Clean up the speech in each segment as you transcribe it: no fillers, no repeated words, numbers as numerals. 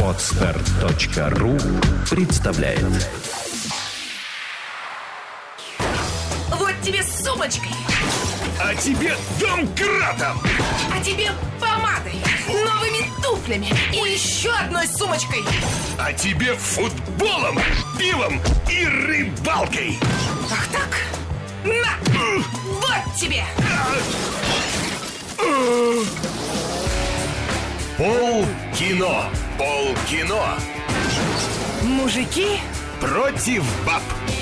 Podster.ru представляет. Вот тебе с сумочкой. А тебе домкратом. А тебе помадой, новыми туфлями и еще одной сумочкой. А тебе футболом, пивом и рыбалкой. Ах так? На! Вот тебе! Полкино. Полкино. Мужики Против баб.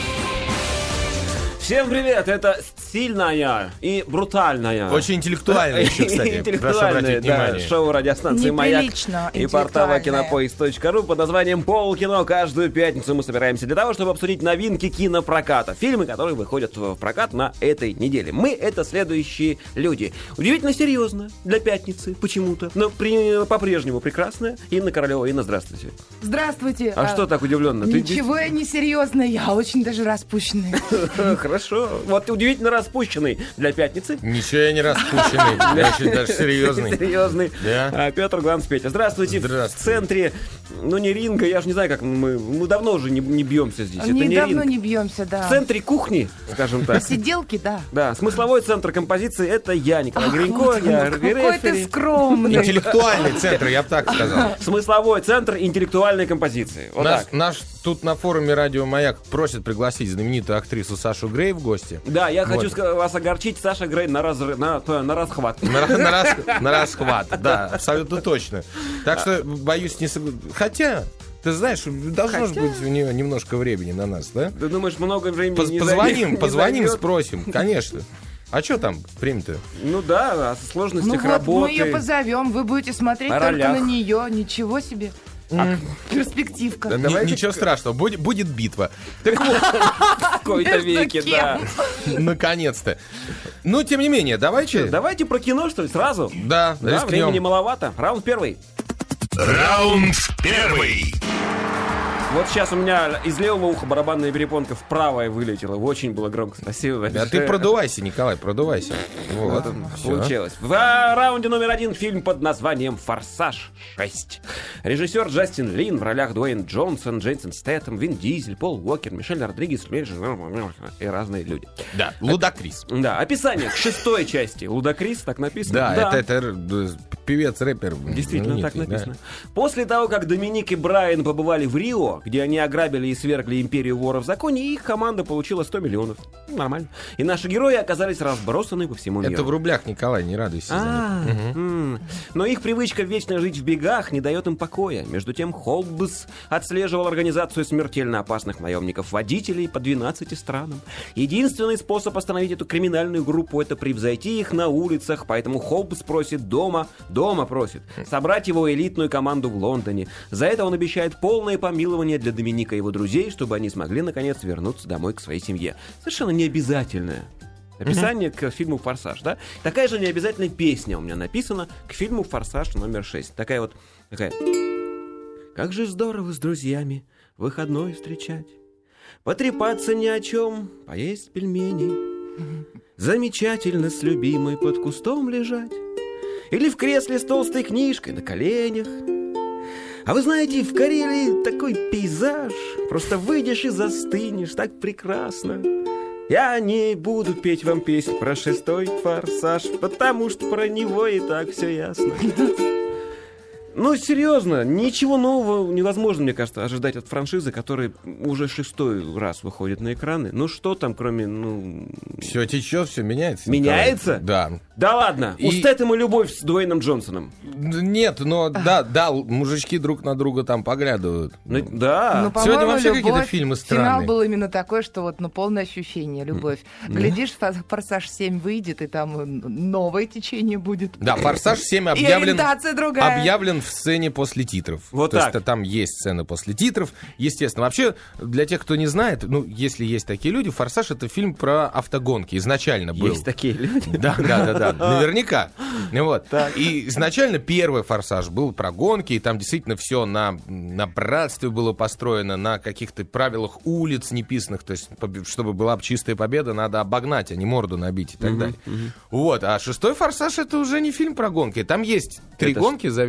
Всем привет, это сильная и брутальная. Очень интеллектуально еще, кстати. Прошу обратить внимание. Шоу радиостанции «Маяк» неприлично и портала интеллектуальное. Кинопоиск.ру под названием «Полкино». Каждую пятницу мы собираемся для того, чтобы обсудить новинки кинопроката. Фильмы, которые выходят в прокат на этой неделе. Мы — это следующие люди. Удивительно серьезно для пятницы почему-то, но по-прежнему прекрасная Инна Королева. Инна, здравствуйте. Здравствуйте. А что так удивленно? Ничего я не серьезная, я очень даже распущенная. Хорошо. Вот ты удивительно распущенный для пятницы. Ничего я не распущенный, я очень даже серьезный. Серьезный. Да. Петр Гланц, Петя. Здравствуйте. Здравствуйте. В центре, ну не ринга, я же не знаю, как мы давно уже не бьемся здесь. Это не Недавно ринг. не бьемся, да. В центре кухни, скажем так. Посиделки, да. Да, смысловой центр композиции — это я, Николай Гринько, Вот я оно, какой ты рефери. скромный. Интеллектуальный центр, я бы так сказал. Смысловой центр интеллектуальной композиции. Вот так. Наш тут на форуме «Радио Маяк» просит пригласить знаменитую актрису Сашу Грей в гости. Да, я хочу Вот. вас огорчить, Саша Грей на расхват. На расхват, да, абсолютно точно. Так что, боюсь, не согласен. Хотя, ты знаешь, должно же быть у нее немножко времени на нас, да? Ты думаешь, много времени не Позвоним, займет? спросим, конечно. А что там время-то? Ну да, о сложностях Ну вот, работы. мы ее позовем, вы будете смотреть О только ролях. на нее. Ничего себе. Перспективка. Давайте Ничего страшного, будет битва. Так вот, в какой-то Между веке, кем? да. наконец-то. Но, тем не менее, давайте... Давайте про кино, что ли, сразу? Да, Да, рискнем. времени маловато. Раунд первый. Раунд первый. Вот сейчас у меня из левого уха барабанная перепонка в правое вылетела. Очень было громко. Спасибо. Да ты продувайся, Николай, продувайся. Вот, всё. Получилось. В раунде номер один фильм под названием «Форсаж 6». Режиссер Джастин Лин, в ролях Дуэйн Джонсон, Джейсон Стэттем, Вин Дизель, Пол Уокер, Мишель Родригес и разные люди. Да, Лудакрис. Да, описание к шестой части. Лудакрис, так написано? Да, это певец-рэпер. Действительно, так знаменитый, написано. После того, как Доминик и Брайан побывали в Рио, где они ограбили и свергли империю воров в законе, их команда получила 100 миллионов. Нормально. И наши герои оказались разбросаны по всему Да. миру. Это в рублях, Николай, не радуйся за них. Но их привычка вечно жить в бегах не дает им покоя. Между тем, Холбс отслеживал организацию смертельно опасных наемников-водителей по 12 странам. Единственный способ остановить эту криминальную группу — это превзойти их на улицах, поэтому Холбс просит дома просит собрать его элитную команду в Лондоне. За это он обещает полное помилование для Доминика и его друзей, чтобы они смогли, наконец, вернуться домой к своей семье. Совершенно необязательное описание к фильму «Форсаж», да? Такая же необязательная песня у меня написана к фильму «Форсаж» номер 6. Такая. Как же здорово с друзьями выходной встречать, потрепаться ни о чем, поесть пельмени, замечательно с любимой под кустом лежать или в кресле с толстой книжкой на коленях. А вы знаете, в Карелии такой пейзаж, просто выйдешь и застынешь, так прекрасно. Я не буду петь вам песню про шестой форсаж, потому что про него и так все ясно. Ну, серьезно, ничего нового невозможно, мне кажется, ожидать от франшизы, которая уже 6-й раз выходит на экраны. Ну, что там, кроме, Все течет, все меняется. Меняется? Николай. Да. Да ладно, у Стэттема любовь с Дуэйном Джонсоном. Нет, но да, мужички друг на друга там поглядывают. Ну, да. Ну, Сегодня по-моему, вообще какие-то любовь. фильмы Финал странные. был именно такой, что вот, полное ощущение, любовь. Глядишь, «Форсаж 7» выйдет, и там новое течение будет. Да, «Форсаж 7» И ориентация другая. объявлен в сцене после титров. Вот То так. есть там есть сцена после титров. Естественно. Вообще, для тех, кто не знает, если есть такие люди, «Форсаж» — это фильм про автогонки. Изначально был. Есть такие люди. Да, наверняка. Вот. И изначально первый «Форсаж» был про гонки, и там действительно все на братстве было построено, на каких-то правилах улиц неписанных, то есть, чтобы была чистая победа, надо обогнать, а не морду набить и так далее. Вот. А шестой «Форсаж» — это уже не фильм про гонки. Там есть 3 гонки за весь фильм,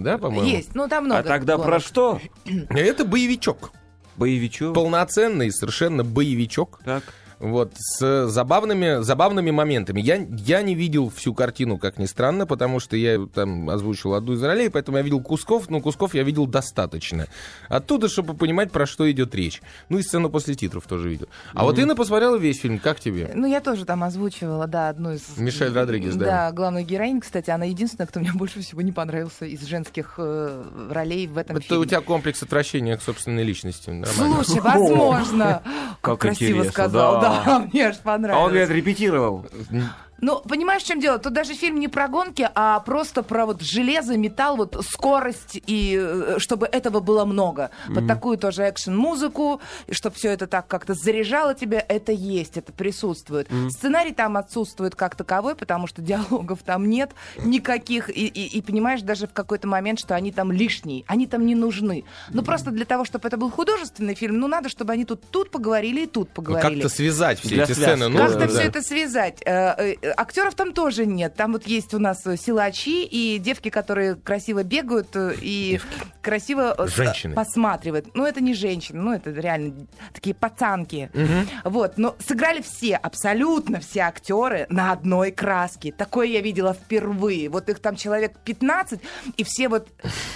да, по-моему? Есть, ну там много. А тогда гонок. про что? Это боевичок. Боевичок? Полноценный совершенно боевичок. Так. Вот, с забавными моментами. Я не видел всю картину, как ни странно, потому что я там озвучил одну из ролей, поэтому я видел кусков, но кусков я видел достаточно. Оттуда, чтобы понимать, про что идет речь. Ну и сцену после титров тоже видел. А вот Инна посмотрела весь фильм, как тебе? Ну, я тоже там озвучивала, да, одну из... Мишель Родригес, да. Да, главную героиню, кстати, она единственная, кто мне больше всего не понравился из женских ролей в этом Это фильме. у тебя комплекс отвращения к собственной личности. Нормально. Слушай, возможно. Как красиво интересно, сказал, да. да, мне аж А он, понравилось. говорит, репетировал. Ну, понимаешь, в чем дело? Тут даже фильм не про гонки, а просто про вот железо, металл, вот скорость, и чтобы этого было много. Под такую тоже экшн-музыку, и чтобы все это так как-то заряжало тебя, это есть, это присутствует. Сценарий там отсутствует как таковой, потому что диалогов там нет никаких, и понимаешь даже в какой-то момент, что они там лишние, они там не нужны. Ну, просто для того, чтобы это был художественный фильм, ну, надо, чтобы они тут поговорили и тут Ну, поговорили. как-то связать все Для эти связки. сцены. Как-то нужно, все да. это связать. Актеров там тоже нет. Там вот есть у нас силачи и девки, которые красиво бегают и красиво Женщины. посматривают. Ну, это не женщины, ну, это реально такие пацанки. Вот, но сыграли все, абсолютно все актеры на одной краске. Такое я видела впервые. Вот их там человек 15, и все вот...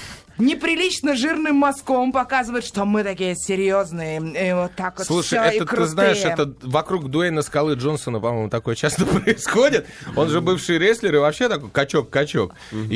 неприлично жирным мазком показывают, что мы такие серьезные. И вот так вот Слушай, всё, и это, ты крутые. знаешь, это вокруг Дуэйна Скалы Джонсона, по-моему, такое часто происходит. Он же бывший рестлер и вообще такой качок-качок.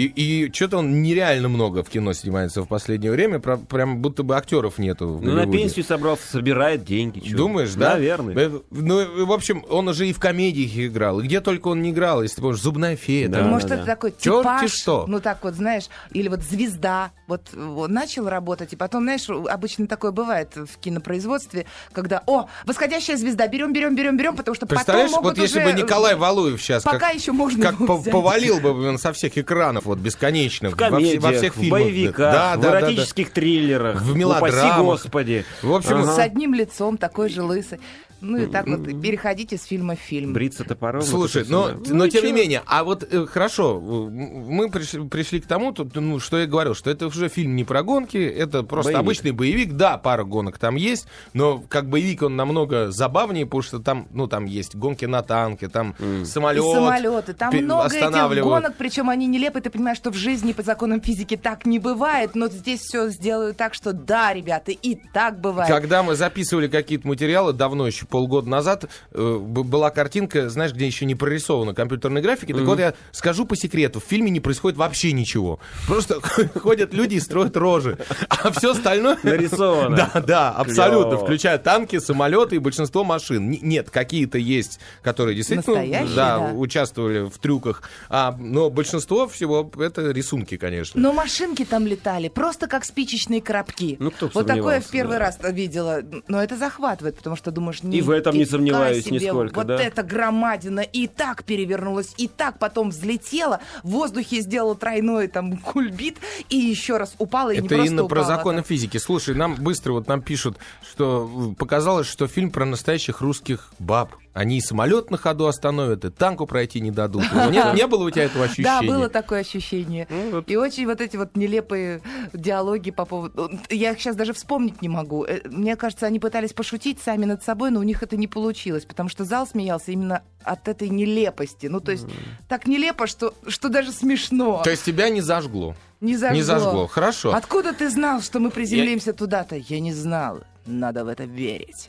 И что-то он нереально много в кино снимается в последнее время. Прям будто бы актеров нету в Ну, на Голливуде. пенсию собрался, собирает деньги. чё. Думаешь, да? Наверное. Ну, в общем, он уже и в комедиях играл. И где только он не играл, если ты помнишь, «Зубная фея». Да. там. Может, это такой Чёрти типаж, что. ну так вот, знаешь, или вот звезда, вот начал работать, и потом, знаешь, обычно такое бывает в кинопроизводстве, когда, восходящая звезда, берем, потому что потом Представляешь, могут вот если уже... бы Николай Валуев сейчас Пока еще можно как его взять. повалил бы он со всех экранов, вот бесконечно, В комедиях, во всех в фильмах. боевиках, в эротических триллерах. В мелодрамах. Упаси Господи. В общем, С одним лицом, такой же лысый. Ну и так вот переходить из фильма в фильм. Бриться топором. Слушай, вот это но всё, да. тем не чё? менее, а вот хорошо, мы пришли к тому, что я говорил, что это уже фильм не про гонки, это просто Боевик. обычный боевик, да, пара гонок там есть, но как боевик он намного забавнее, потому что там, там есть гонки на танке, там самолет, И самолеты. Там много этих останавливают. гонок, причем они нелепые. Ты понимаешь, что в жизни по законам физики так не бывает, но здесь все сделают так, что да, ребята, и так бывает. Когда мы записывали какие-то материалы, давно еще, полгода назад, была картинка, знаешь, где еще не прорисована компьютерной графики. Так вот, я скажу по секрету, в фильме не происходит вообще ничего. Просто ходят люди и строят рожи. А все остальное... Нарисовано. Да, абсолютно. Клёво. Включая танки, самолеты и большинство машин. Нет, какие-то есть, которые действительно Настоящие, да. участвовали в трюках. Но большинство всего это рисунки, конечно. Но машинки там летали просто как спичечные коробки. Ну, кто б вот такое в сомневался, первый да. раз видела. Но это захватывает, потому что думаешь... И в этом не нифига сомневаюсь себе, нисколько, Вот да. эта громадина и так перевернулась, и так потом взлетела, в воздухе сделала тройной там кульбит, и еще раз упала, и не Это просто Инна про упала, законы там. физики. Слушай, нам пишут, что показалось, что фильм про настоящих русских баб. Они и самолет на ходу остановят, и танку пройти не дадут. Не было у тебя этого ощущения? Да, было такое ощущение. И очень вот эти вот нелепые диалоги по поводу... Я их сейчас даже вспомнить не могу. Мне кажется, они пытались пошутить сами над собой, но у них это не получилось, потому что зал смеялся именно от этой нелепости. Ну, то есть так нелепо, что даже смешно. То есть тебя не зажгло? Не зажгло. Не зажгло, хорошо. Откуда ты знал, что мы приземлимся туда-то? Я не знал. Надо в это верить.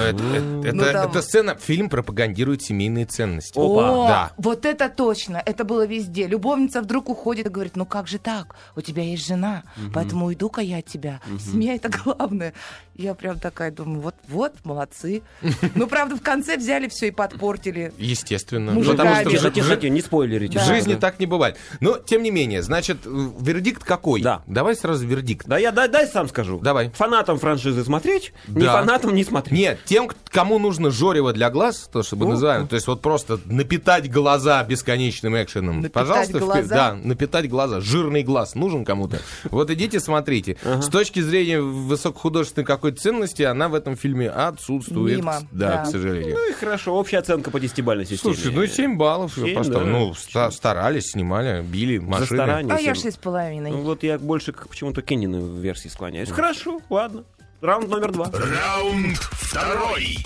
Это сцена, фильм пропагандирует семейные ценности. О, Да. вот это точно, это было везде. Любовница вдруг уходит и говорит, ну как же так? У тебя есть жена, поэтому уйду-ка я от тебя. Семья — это главное. Я прям такая думаю, вот, молодцы. Ну, правда, в конце взяли все и подпортили. Естественно. Мужиками. Потому что Тихо, не спойлерите. в жизни Да. так не бывает. Но, тем не менее, значит, вердикт какой? Да. Давай сразу вердикт. Да, дай сам скажу. Давай. Фанатам франшизы смотреть, смотреть, ни Да. фанатам не смотреть. Нет, тем, кому нужно жорево для глаз, то, что мы называем, то есть вот просто напитать глаза бесконечным экшеном. Напитать Пожалуйста, глаза? Да, напитать глаза. Жирный глаз нужен кому-то. Вот идите, смотрите. С точки зрения высокохудожественной какой-то ценности, она в этом фильме отсутствует. Мимо, Да, да. к сожалению. Ну и хорошо, общая оценка по 10-бальной системе. Слушай, ну 7 баллов. 7, поставил. да. Ну, старались, снимали, били За машины. старание. А я 7. 6,5. Ну, вот я больше почему-то Кеннину в версии склоняюсь. Хорошо, ладно. Раунд номер 2. Раунд второй.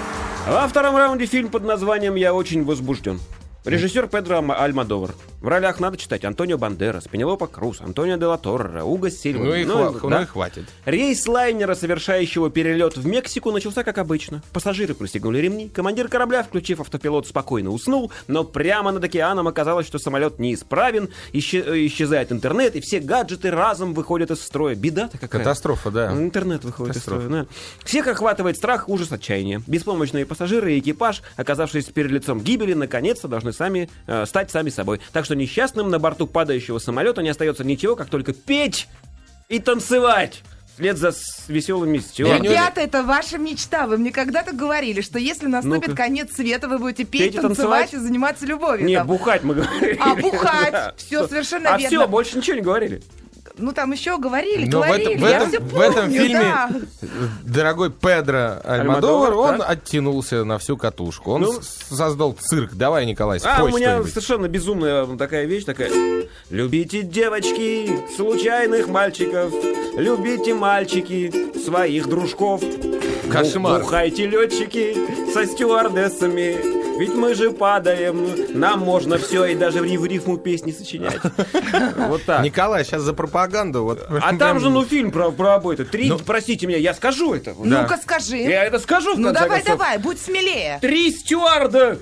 Во втором раунде фильм под названием «Я очень возбужден». Режиссер Педро Альмодовар. В ролях надо читать: Антонио Бандерас, Пенелопа Круз, Антонио де ла Торре, Уго Сильва. Ну и да. хватит. Рейс лайнера, совершающего перелет в Мексику, начался как обычно. Пассажиры пристегнули ремни, командир корабля, включив автопилот, спокойно уснул, но прямо над океаном оказалось, что самолет неисправен, исчезает интернет, и все гаджеты разом выходят из строя. Беда-то какая. Катастрофа, да. Интернет выходит из строя, да. Всех охватывает страх, ужас, отчаяние. Беспомощные пассажиры и экипаж, оказавшись перед лицом гибели, наконец-то должны стать сами собой. Так что несчастным на борту падающего самолета не остается ничего, как только петь и танцевать вслед за веселыми стюардами. Ребята, это ваша мечта. Вы мне когда-то говорили, что если наступит Ну-ка. конец света, вы будете Петь петь, и танцевать танцевать? и заниматься любовью. Не, там. бухать мы говорили. А бухать? Да. Все совершенно А верно. все, больше ничего не говорили. Ну, там еще говорили, Но говорили. в Я этом- все в этом помню, фильме да. дорогой Педро Альмодовар, Альмодовар, он да. оттянулся на всю катушку. Он Ну. создал цирк. Давай, Николай, У спой меня что-нибудь. совершенно безумная такая вещь, такая. Любите, девочки, случайных мальчиков, любите, мальчики, своих дружков. Кошмар. Бухайте, летчики, со стюардессами, ведь мы же падаем, нам можно все и даже в рифму песни сочинять. Вот так. Николай, сейчас за пропаганду. Вот, А там же, фильм про это. Ну. Простите меня, я скажу это. Ну-ка скажи. Я это скажу, в Ну конце давай, концов. давай, будь смелее. 3 стюарда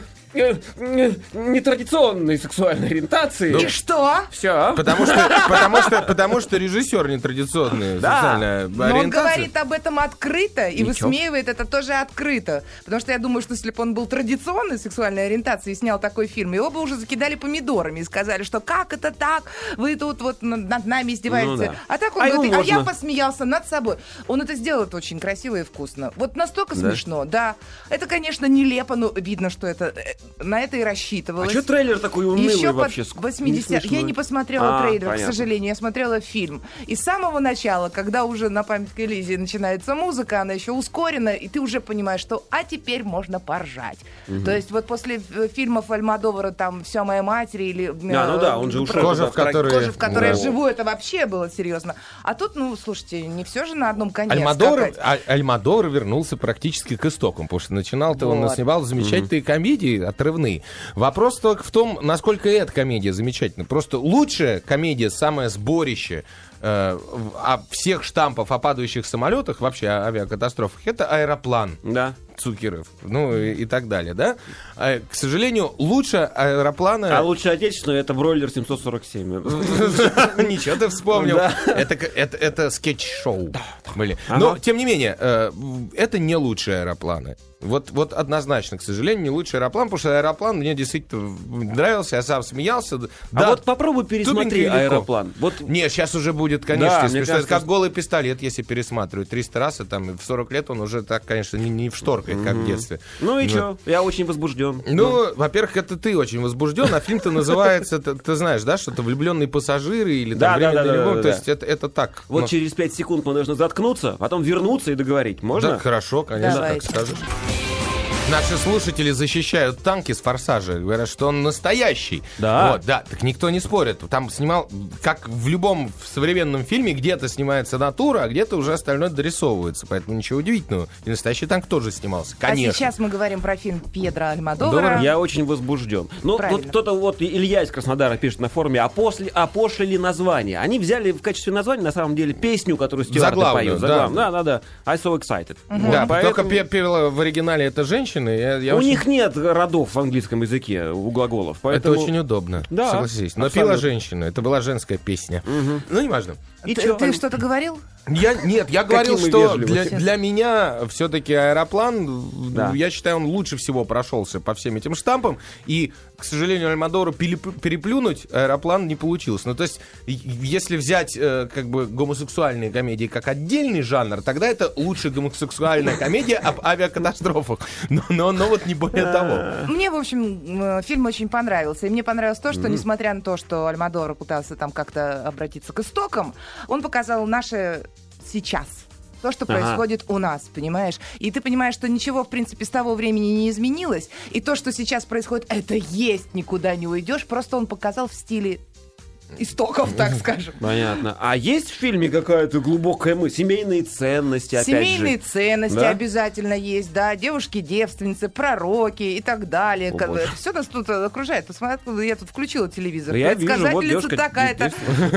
нетрадиционной сексуальной ориентации. И что? Все. Потому что режиссер нетрадиционный, Да. социальная Но он ориентация. говорит об этом открыто и Ничего. высмеивает это тоже открыто. Потому что я думаю, что если бы он был традиционной сексуальной ориентации и снял такой фильм, его бы уже закидали помидорами и сказали, что как это так? Вы тут вот над нами издеваетесь. Ну да. А так он А ему говорит, а я можно. посмеялся над собой. Он это сделает очень красиво и вкусно. Вот настолько Да? смешно, да. Это, конечно, нелепо, но видно, что это на это и рассчитывалось. А что трейлер такой унылый Еще вообще? под 80... Я не посмотрела трейлер, понятно. к сожалению. Я смотрела фильм. И с самого начала, когда уже на «Памятке Элизии» начинается музыка, она еще ускорена, и ты уже понимаешь, что а теперь можно поржать. То есть вот после фильмов Альмодовара там «Вся моя матери» или... Ну да, он же ушел. Кожа, в которой... «Кожа, в которой я Да. живу», это вообще было серьезно. А тут, ну, слушайте, не все же на одном коне Альмодовар, скакать. Альмодовар вернулся практически к истокам, потому что начинал-то он Вот. снимал замечательные комедии отрывные. Вопрос только в том, насколько эта комедия замечательна. Просто лучшая комедия, самое сборище всех штампов о падающих самолетах, вообще о авиакатастрофах, это «Аэроплан». Да. Цукеров, ну и так далее, да? К сожалению, лучше аэроплана... А лучше отечественную это бройлер 747. Ничего ты вспомнил. Да. Это скетч-шоу. Были. Ага. Но, тем не менее, это не лучшие аэропланы. Вот однозначно, к сожалению, не лучший аэроплан, потому что аэроплан мне действительно нравился, я сам смеялся. А вот попробуй пересмотри тупенько и легко. «Аэроплан». Вот Не, сейчас уже будет, конечно, Да, если мне что, это кажется, как голый пистолет, если пересматривать 300 раз, и там в 40 лет он уже так, конечно, не вшторкает, как в детстве. Ну и Вот. что? Я очень возбужден. Ну, во-первых, это ты очень возбужден, а фильм-то называется, ты знаешь, да, что-то «Влюбленные пассажиры» или там Да, «Время да, для да, любови», да, то да. есть это так. Вот Ну, через 5 секунд мы должны заткнуться, потом вернуться и договорить. Можно? да, хорошо, конечно, Давайте. как скажешь. Наши слушатели защищают танки с «Форсажа», говорят, что он настоящий. Да. Вот, да, так никто не спорит. Там снимал, как в любом современном фильме, где-то снимается натура, а где-то уже остальное дорисовывается. Поэтому ничего удивительного. И настоящий танк тоже снимался, конечно. А сейчас мы говорим про фильм Педро Альмодовара. Я очень возбужден. Ну, Правильно. вот кто-то, вот Илья из Краснодара пишет на форуме, опошлили название. Они взяли в качестве названия, на самом деле, песню, которую стюарды Заглавную, поют. да. Да. I so excited. Да, Вот, только поэтому- пела в оригинале это женщина. Я У очень- них нет родов в английском языке, у глаголов. Поэтому... Это очень удобно, Да, согласись. Но абсолютно. пела женщина, это была женская песня. Ну, неважно. И Ты, чё? ты что-то говорил? Я говорил, мы что вежливые. для меня все-таки «Аэроплан», Да. я считаю, он лучше всего прошелся по всем этим штампам. И к сожалению, Альмодовару переплюнуть «Аэроплан» не получилось. Ну, то есть, если взять как бы гомосексуальные комедии как отдельный жанр, тогда это лучшая гомосексуальная комедия об авиакатастрофах. Но вот не более того. Мне, в общем, фильм очень понравился. И мне понравилось то, что, несмотря на то, что Альмодовар пытался там как-то обратиться к истокам, он показал наше сейчас. То, что происходит у нас, понимаешь? И ты понимаешь, что ничего, в принципе, с того времени не изменилось. И то, что сейчас происходит, это есть, никуда не уйдешь. Просто он показал в стиле истоков, так скажем. Понятно. А есть в фильме какая-то глубокая мысль? Семейные ценности, опять же? Семейные ценности обязательно есть, да. Девушки-девственницы, пророки и так далее. Все нас тут окружает. Посмотри, я тут включила телевизор. Я вижу, вот девушка такая-то.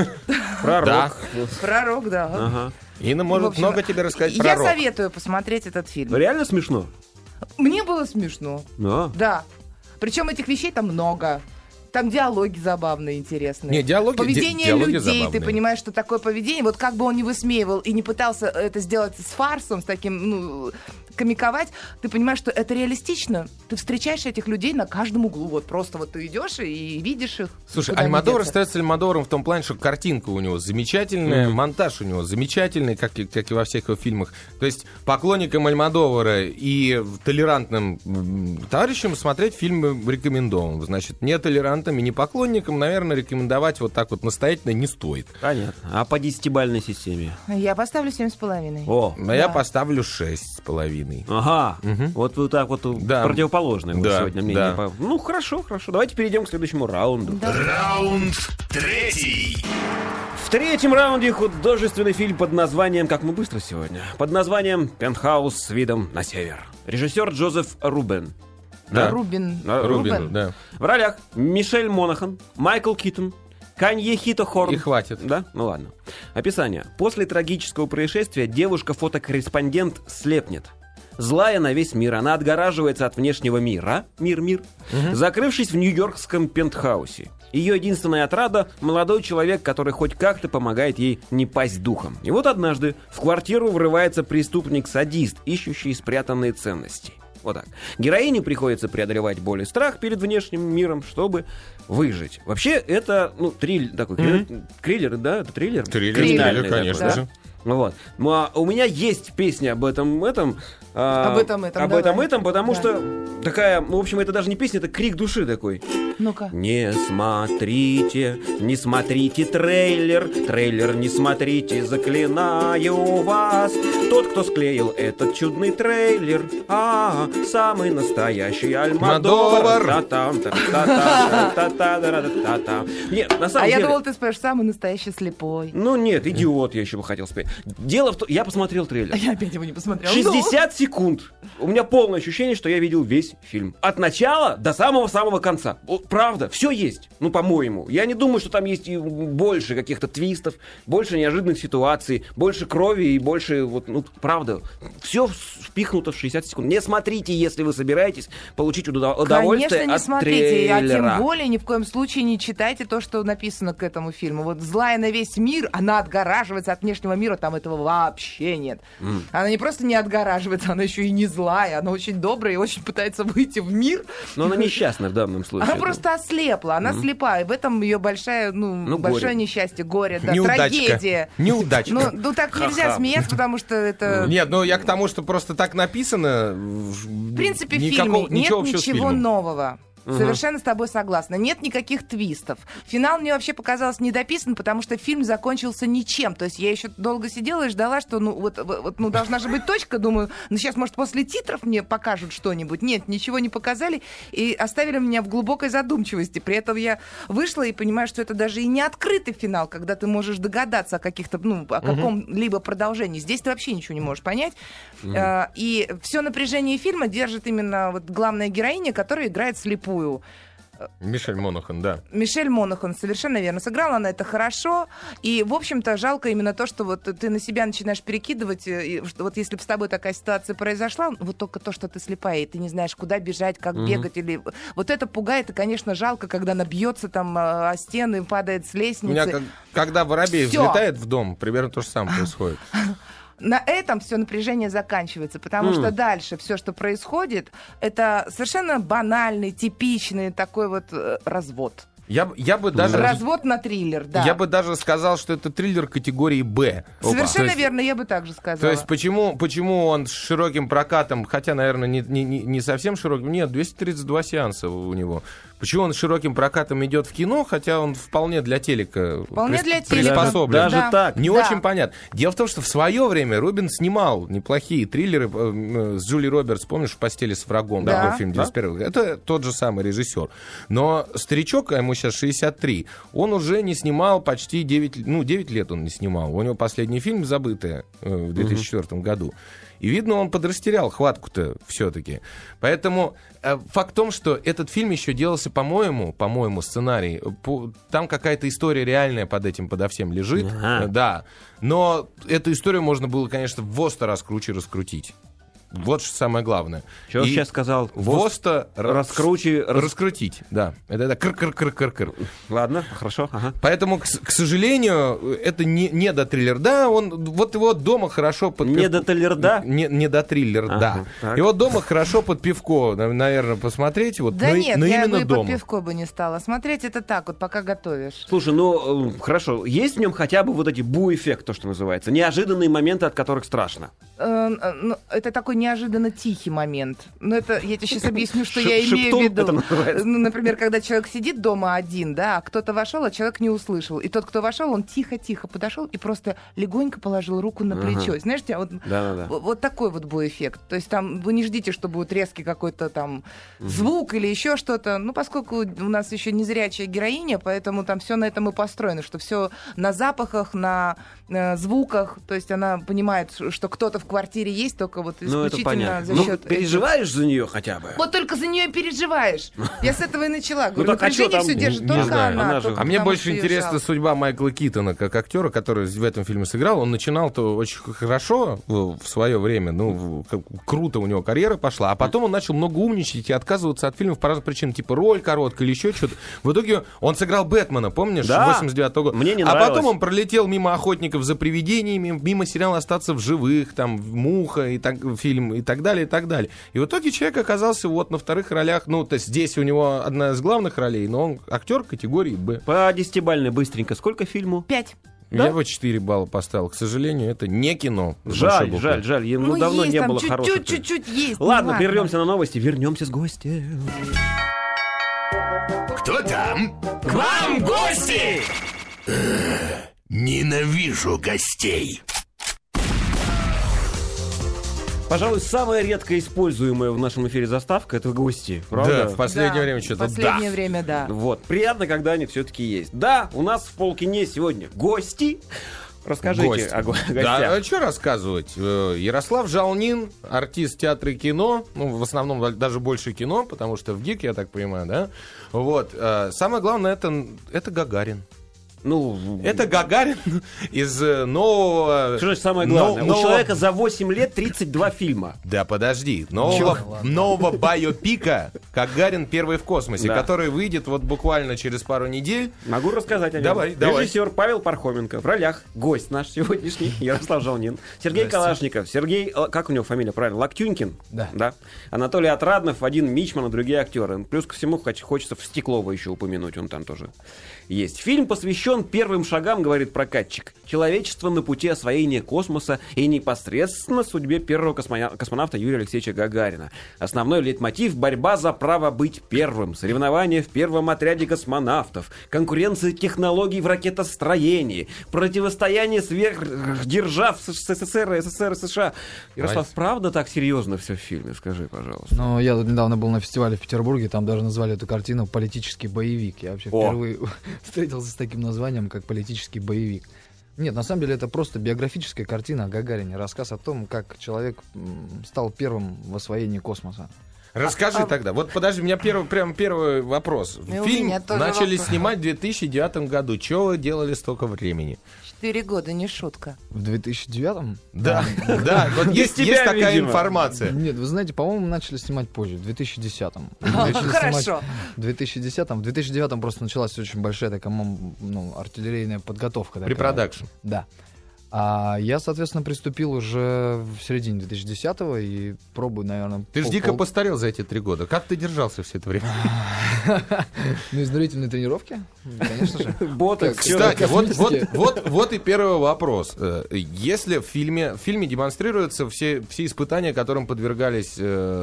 Пророк. Пророк, да. Инна может много тебе рассказать про рок. Я советую посмотреть этот фильм. Реально смешно? Мне было смешно. Да. Причем этих вещей там много. Там диалоги забавные, интересные. Не, поведение диалоги людей, забавные. Ты понимаешь, что такое поведение, вот как бы он не высмеивал и не пытался это сделать с фарсом, с таким, комиковать, ты понимаешь, что это реалистично. Ты встречаешь этих людей на каждом углу. Вот просто вот ты идешь и видишь их. Слушай, Альмодовар остается Альмодоваром в том плане, что картинка у него замечательная, монтаж у него замечательный, как и во всех его фильмах. То есть поклонникам Альмодовара и толерантным товарищам смотреть фильмы рекомендован. Значит, не толерантным и не поклонникам, наверное, рекомендовать вот так вот настоятельно не стоит. Понятно. А по 10-бальной системе? Я поставлю 7,5. О, я поставлю 6,5. Ага, вот вы так вот противоположное сегодня мнение. Да. Ну, хорошо. Давайте перейдем к следующему раунду. Раунд третий. В третьем раунде художественный фильм под названием, как мы быстро сегодня, под названием «Пентхаус с видом на север». Режиссер Джозеф Рубен. Да. Рубин, да. В ролях Мишель Монахан, Майкл Китон, Каньехито Хорн. И хватит. Да? Ну ладно. Описание. После трагического происшествия девушка-фотокорреспондент слепнет. Злая на весь мир, она отгораживается от внешнего мира, закрывшись в нью-йоркском пентхаусе. Ее единственная отрада — молодой человек, который хоть как-то помогает ей не пасть духом. И вот однажды в квартиру врывается преступник-садист, ищущий спрятанные ценности. Вот так. Героине приходится преодолевать боль и страх перед внешним миром, чтобы выжить. Вообще, это, триллер такой, триллер, да? Это триллер? Триллер, конечно такой, же. Да? Вот. У меня есть песня об этом, потому что такая, в общем, это даже не песня, это крик души такой. Ну-ка. Не смотрите трейлер, не смотрите, заклинаю вас. Тот, кто склеил этот чудный трейлер, самый настоящий Альмодовар. Нет, на самом деле... я думал, ты споешь самый настоящий слепой. Ну нет, идиот, я еще бы хотел спеть. Дело в том, я посмотрел трейлер. Я опять его не посмотрел. 60 секунд. У меня полное ощущение, что я видел весь фильм. От начала до самого-самого конца. Правда, все есть. Ну, по-моему. Я не думаю, что там есть и больше каких-то твистов, больше неожиданных ситуаций, больше крови и больше, правда. Все впихнуто в 60 секунд. Не смотрите, если вы собираетесь получить удовольствие Конечно, не от смотрите. трейлера. А тем более ни в коем случае не читайте то, что написано к этому фильму. Вот злая на весь мир, она отгораживается от внешнего мира, там этого вообще нет. Она не просто не отгораживается, она еще и не злая. Она очень добрая и очень пытается выйти в мир. Но она несчастна в данном случае. Она просто ослепла, она слепая. И в этом ее большое несчастье, горе, да, трагедия. Неудачка. Ну, так нельзя смеяться, потому что это... Нет, я к тому, что просто так написано. В принципе, в фильме нет ничего нового. Совершенно с тобой согласна. Нет никаких твистов. Финал мне вообще показалось недописан, потому что фильм закончился ничем. То есть я еще долго сидела и ждала, что должна же быть точка. Думаю, сейчас, может, после титров мне покажут что-нибудь. Нет, ничего не показали и оставили меня в глубокой задумчивости. При этом я вышла и понимаю, что это даже и не открытый финал, когда ты можешь догадаться о каких-то, о каком-либо продолжении. Здесь ты вообще ничего не можешь понять. И все напряжение фильма держит именно главная героиня, которая играет слепую. Мишель Монахан, да. Мишель Монахан, совершенно верно. Сыграла она это хорошо. И, в общем-то, жалко именно то, что ты на себя начинаешь перекидывать. И, что если бы с тобой такая ситуация произошла, только то, что ты слепая, и ты не знаешь, куда бежать, как бегать. Или... Вот это пугает, и, конечно, жалко, когда она бьется там о стены, падает с лестницы. У меня, когда воробей взлетает в дом, примерно то же самое происходит. на этом все напряжение заканчивается, потому что дальше все, что происходит, это совершенно банальный, типичный такой вот развод. Я бы даже... Развод на триллер, да. Я бы даже сказал, что это триллер категории «Б». Совершенно верно, я бы так же сказала. То есть почему он с широким прокатом, хотя, наверное, не совсем широким, нет, 232 сеанса у него. Почему он с широким прокатом идет в кино, хотя он вполне для телека приспособлен. Даже так. Не очень понятно. Дело в том, что в свое время Рубин снимал неплохие триллеры с Джули Робертс, помнишь, «В постели с врагом», такой фильм 91-го. Это тот же самый режиссер. Но старичок, ему сейчас 63, он уже не снимал почти 9 лет он не снимал. У него последний фильм «Забытое» в 2004 году. И, видно, он подрастерял хватку-то все-таки. Поэтому факт в том, что этот фильм еще делался, по-моему, сценарий. Там какая-то история реальная подо всем лежит. Да. Но эту историю можно было, конечно, в 100 раз круче раскрутить. Вот что самое главное. Что сейчас сказал? ВОСТа раскрутить. Да. Это кр-кр-кр-кр-кр. Ладно, хорошо. Ага. Поэтому, к сожалению, это не до триллер. Да, он вот его дома хорошо под не до триллер, да? Не до триллер, да. Так. Его дома хорошо под пивко, наверное, посмотреть. Вот, да нет, я именно бы дома. под пивко бы не стала. Смотреть это так вот, пока готовишь. Слушай, хорошо. Есть в нем хотя бы вот эти бу-эффект, то, что называется? Неожиданные моменты, от которых страшно. Это такой неожиданно тихий момент. Но это я тебе сейчас объясню, что я имею шептун в виду. это называется. Например, когда человек сидит дома один, да, а кто-то вошел, а человек не услышал. И тот, кто вошел, он тихо-тихо подошел и просто легонько положил руку на плечо. Знаешь, у тебя вот такой вот был эффект. То есть там вы не ждите, что будет резкий какой-то там звук или еще что-то. Ну, поскольку у нас еще незрячая героиня, поэтому там все на этом и построено, что все на запахах, на звуках. То есть она понимает, что кто-то в квартире есть, только вот исключительно за счет... переживаешь за нее хотя бы? Вот только за нее переживаешь. Я с этого и начала. Говорю, так, напряжение все держит только она. А мне больше интересна судьба Майкла Китона, как актера, который в этом фильме сыграл. Он начинал-то очень хорошо в свое время. Круто у него карьера пошла. А потом он начал много умничать и отказываться от фильмов по разным причинам. Типа роль короткая или еще что-то. В итоге он сыграл Бэтмена, помнишь? Да. 89-го года. Мне не нравилось. А потом он пролетел мимо «Охотников за привидениями», мимо сериала «Остаться в живых», там «Муха», фильм и так далее, и так далее. И в итоге человек оказался вот на вторых ролях. Ну, то есть здесь у него одна из главных ролей, но он актер категории «Б». По 10-бальной быстренько. Сколько фильму? 5. Я его 4 балла поставил. К сожалению, это не кино. Жаль. Давно есть, не там было хороших. Чуть-чуть есть. Ладно, прервемся на новости. Вернемся с гостем. Кто там? К вам гости! Ненавижу гостей. Пожалуй, самая редко используемая в нашем эфире заставка — это гости, правда? Да, в последнее время что-то в последнее время, да. Вот, приятно, когда они все-таки есть. Да, у нас в полкине сегодня гости. Расскажите о гостях. Да, а что рассказывать? Ярослав Жалнин, артист театра и кино, в основном даже больше кино, потому что в ГИК, я так понимаю, да? Вот. Самое главное, это Гагарин. Это Гагарин из нового... Что значит самое главное? У человека за 8 лет 32 фильма. Да, подожди. Нового байопика «Гагарин первый в космосе», который выйдет вот буквально через пару недель. Могу рассказать о нем. Давай. Режиссер Павел Пархоменко. В ролях гость наш сегодняшний, Ярослав Жалнин. Сергей Калашников. Сергей, как у него фамилия правильно? Локтюнькин? Да. Анатолий Отраднов, Вадим Мичман и другие актеры. Плюс ко всему хочется Стеклова еще упомянуть. Он там тоже есть. Фильм посвящен первым шагам, говорит прокатчик, человечества на пути освоения космоса и непосредственно судьбе первого космонавта Юрия Алексеевича Гагарина. Основной лейтмотив — борьба за право быть первым, соревнования в первом отряде космонавтов, конкуренция технологий в ракетостроении, противостояние сверхдержав СССР и США. Ярослав, правда так серьезно все в фильме? Скажи, пожалуйста. Ну, я тут недавно был на фестивале в Петербурге, там даже назвали эту картину «Политический боевик». Я вообще впервые встретился с таким названием, как «Политический боевик». Нет, на самом деле это просто биографическая картина о Гагарине, рассказ о том, как человек стал первым в освоении космоса. Расскажи тогда. Вот подожди, у меня первый вопрос. Фильм начали снимать в 2009 году. Чего вы делали столько времени? 4 года, не шутка. В 2009-м? Да, вот есть такая информация. Нет, вы знаете, по-моему, начали снимать позже, в 2010-м. Хорошо. В 2010-м. В 2009-м просто началась очень большая такая артиллерийная подготовка. Препродакшн. Да. А я, соответственно, приступил уже в середине 2010-го и пробую, наверное... Ты же дико постарел за эти 3 года. Как ты держался все это время? Ну, изнурительные тренировки, конечно же. Ботокс. Кстати, вот и первый вопрос. Если в фильме демонстрируются все испытания, которым подвергались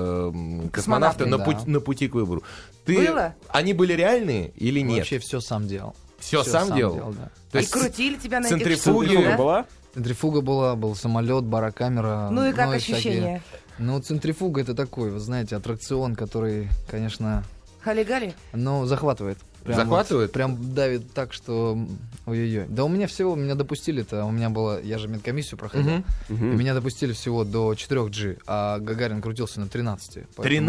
космонавты на пути к выбору. Было? Они были реальные или нет? Вообще все сам делал. Все сам делал? Да. То есть крутили тебя на центрифуги этих штуках, да? была? Центрифуга была, был самолет, барокамера. Ну и как всякие. ощущения? Ну, центрифуга — это такой, вы знаете, аттракцион, который, конечно, Хали-гали? захватывает. Захватывает? Прям давит так, что... Ой-ой-ой. Да у меня допустили-то, я же медкомиссию проходил, и меня допустили всего до 4G, а Гагарин крутился на 13.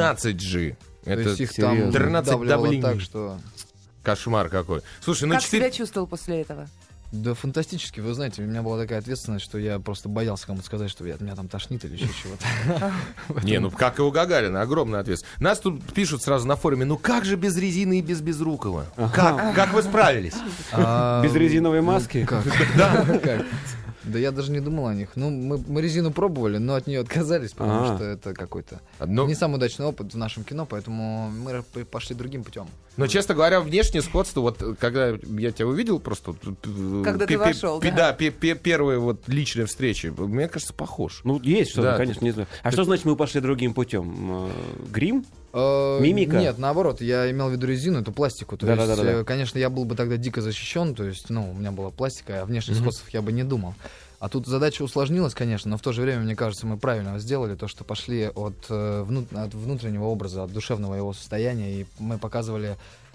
13G. То Это есть их там 13 давливало давлений. так, что... Кошмар какой. Слушай, Как себя чувствовал после этого? Да фантастически, вы знаете, у меня была такая ответственность, что я просто боялся кому-то сказать, что меня там тошнит или еще чего-то. Не, ну как и у Гагарина, огромная ответственность. Нас тут пишут сразу на форуме, ну как же без резины и без Безрукова? Как вы справились? Без резиновой маски? Как? Да. Да я даже не думал о них. Ну, мы резину пробовали, но от нее отказались, потому что это какой-то не самый удачный опыт в нашем кино, поэтому мы пошли другим путем. Но, честно говоря, внешнее сходство, вот когда я тебя увидел просто... Когда ты вошел, да? Да, первые вот личные встречи, мне кажется, похож. Ну, есть что-то, Да. конечно, не знаю. А что значит мы пошли другим путем? Грим? Мимика? Нет, наоборот, я имел в виду резину, эту пластику. То есть, Да-да-да. конечно, я был бы тогда дико защищен, то есть, у меня была пластика, а о внешних сходствах я бы не думал. А тут задача усложнилась, конечно, но в то же время, мне кажется, мы правильно сделали то, что пошли от внутреннего образа, от душевного его состояния, и мы показывали,